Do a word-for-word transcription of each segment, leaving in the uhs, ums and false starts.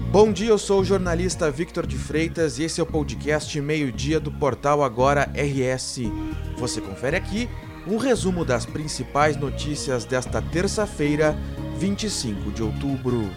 Bom dia, eu sou o jornalista Victor de Freitas e esse é o podcast Meio-Dia do portal Agora R S. Você confere aqui um resumo das principais notícias desta terça-feira, vinte e cinco de outubro.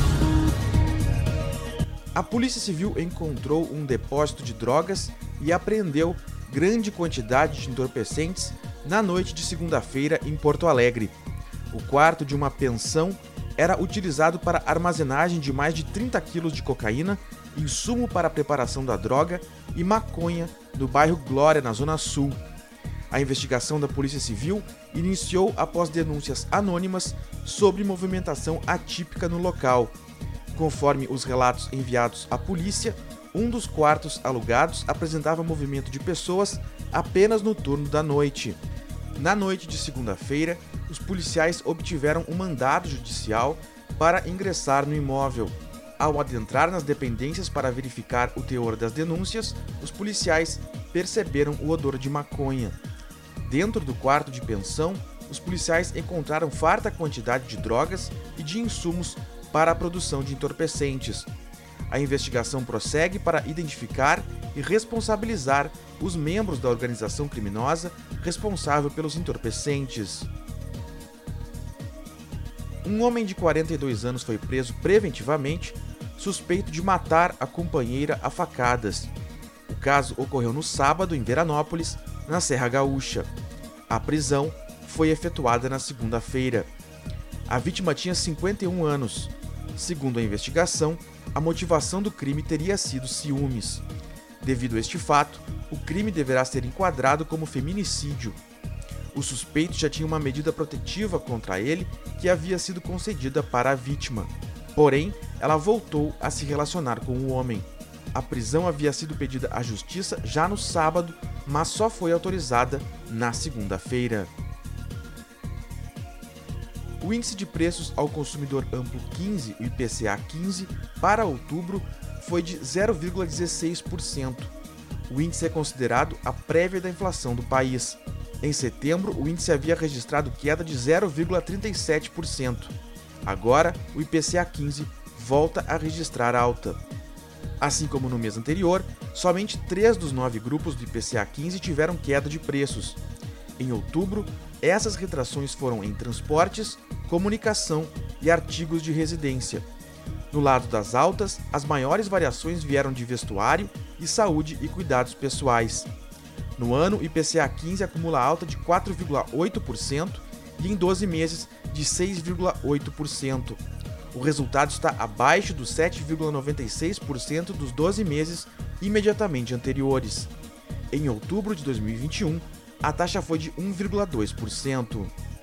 A Polícia Civil encontrou um depósito de drogas e apreendeu grande quantidade de entorpecentes na noite de segunda-feira em Porto Alegre. O quarto de uma pensão era utilizado para armazenagem de mais de trinta quilos de cocaína, insumo para a preparação da droga e maconha no bairro Glória, na Zona Sul. A investigação da Polícia Civil iniciou após denúncias anônimas sobre movimentação atípica no local. Conforme os relatos enviados à polícia, um dos quartos alugados apresentava movimento de pessoas apenas no turno da noite. Na noite de segunda-feira, os policiais obtiveram um mandado judicial para ingressar no imóvel. Ao adentrar nas dependências para verificar o teor das denúncias, os policiais perceberam o odor de maconha. Dentro do quarto de pensão, os policiais encontraram farta quantidade de drogas e de insumos para a produção de entorpecentes. A investigação prossegue para identificar e responsabilizar os membros da organização criminosa responsável pelos entorpecentes. Um homem de quarenta e dois anos foi preso preventivamente, suspeito de matar a companheira a facadas. O caso ocorreu no sábado em Veranópolis, na Serra Gaúcha. A prisão foi efetuada na segunda-feira. A vítima tinha cinquenta e um anos. Segundo a investigação, a motivação do crime teria sido ciúmes. Devido a este fato, o crime deverá ser enquadrado como feminicídio. O suspeito já tinha uma medida protetiva contra ele que havia sido concedida para a vítima. Porém, ela voltou a se relacionar com o homem. A prisão havia sido pedida à justiça já no sábado, mas só foi autorizada na segunda-feira. O índice de preços ao consumidor amplo quinze, o I P C A quinze, para outubro foi de zero vírgula dezesseis por cento. O índice é considerado a prévia da inflação do país. Em setembro, o índice havia registrado queda de zero vírgula trinta e sete por cento. Agora, o I P C A quinze volta a registrar alta. Assim como no mês anterior, somente três dos nove grupos do I P C A quinze tiveram queda de preços. Em outubro, essas retrações foram em transportes, comunicação e artigos de residência. No lado das altas, as maiores variações vieram de vestuário e saúde e cuidados pessoais. No ano, o I P C A quinze acumula alta de quatro vírgula oito por cento e em doze meses de seis vírgula oito por cento. O resultado está abaixo dos sete vírgula noventa e seis por cento dos doze meses imediatamente anteriores. Em outubro de dois mil e vinte e um, a taxa foi de um vírgula dois por cento.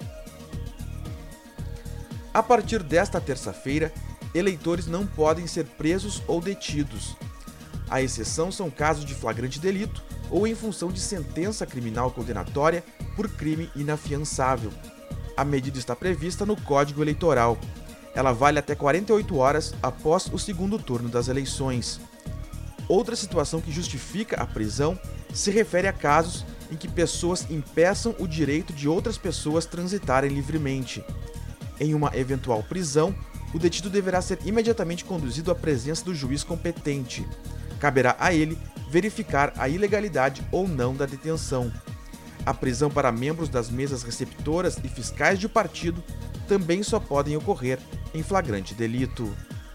A partir desta terça-feira, eleitores não podem ser presos ou detidos. A exceção são casos de flagrante delito ou em função de sentença criminal condenatória por crime inafiançável. A medida está prevista no Código Eleitoral. Ela vale até quarenta e oito horas após o segundo turno das eleições. Outra situação que justifica a prisão se refere a casos em que pessoas impeçam o direito de outras pessoas transitarem livremente. Em uma eventual prisão, o detido deverá ser imediatamente conduzido à presença do juiz competente. Caberá a ele verificar a ilegalidade ou não da detenção. A prisão para membros das mesas receptoras e fiscais de partido também só podem ocorrer em flagrante delito.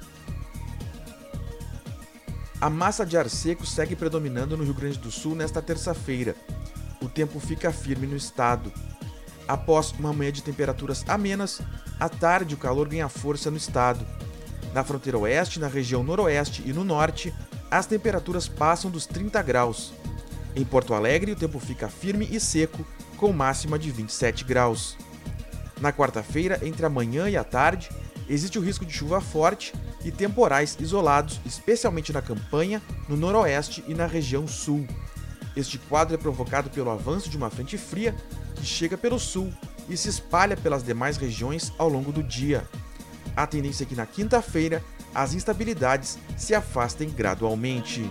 A massa de ar seco segue predominando no Rio Grande do Sul nesta terça-feira. O tempo fica firme no estado. Após uma manhã de temperaturas amenas, à tarde o calor ganha força no estado. Na fronteira oeste, na região noroeste e no norte, as temperaturas passam dos trinta graus. Em Porto Alegre, o tempo fica firme e seco, com máxima de vinte e sete graus. Na quarta-feira, entre a manhã e a tarde, existe o risco de chuva forte e temporais isolados, especialmente na campanha, no noroeste e na região sul. Este quadro é provocado pelo avanço de uma frente fria que chega pelo sul e se espalha pelas demais regiões ao longo do dia. A tendência é que na quinta-feira as instabilidades se afastem gradualmente.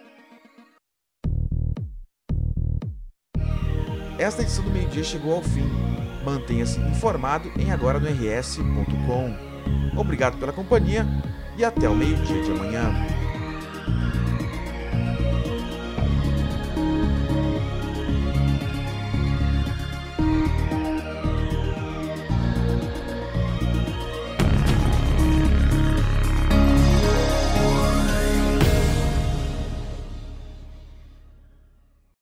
Esta edição do Meio-Dia chegou ao fim. Mantenha-se informado em agora no r s ponto com. Obrigado pela companhia e até o meio-dia de amanhã.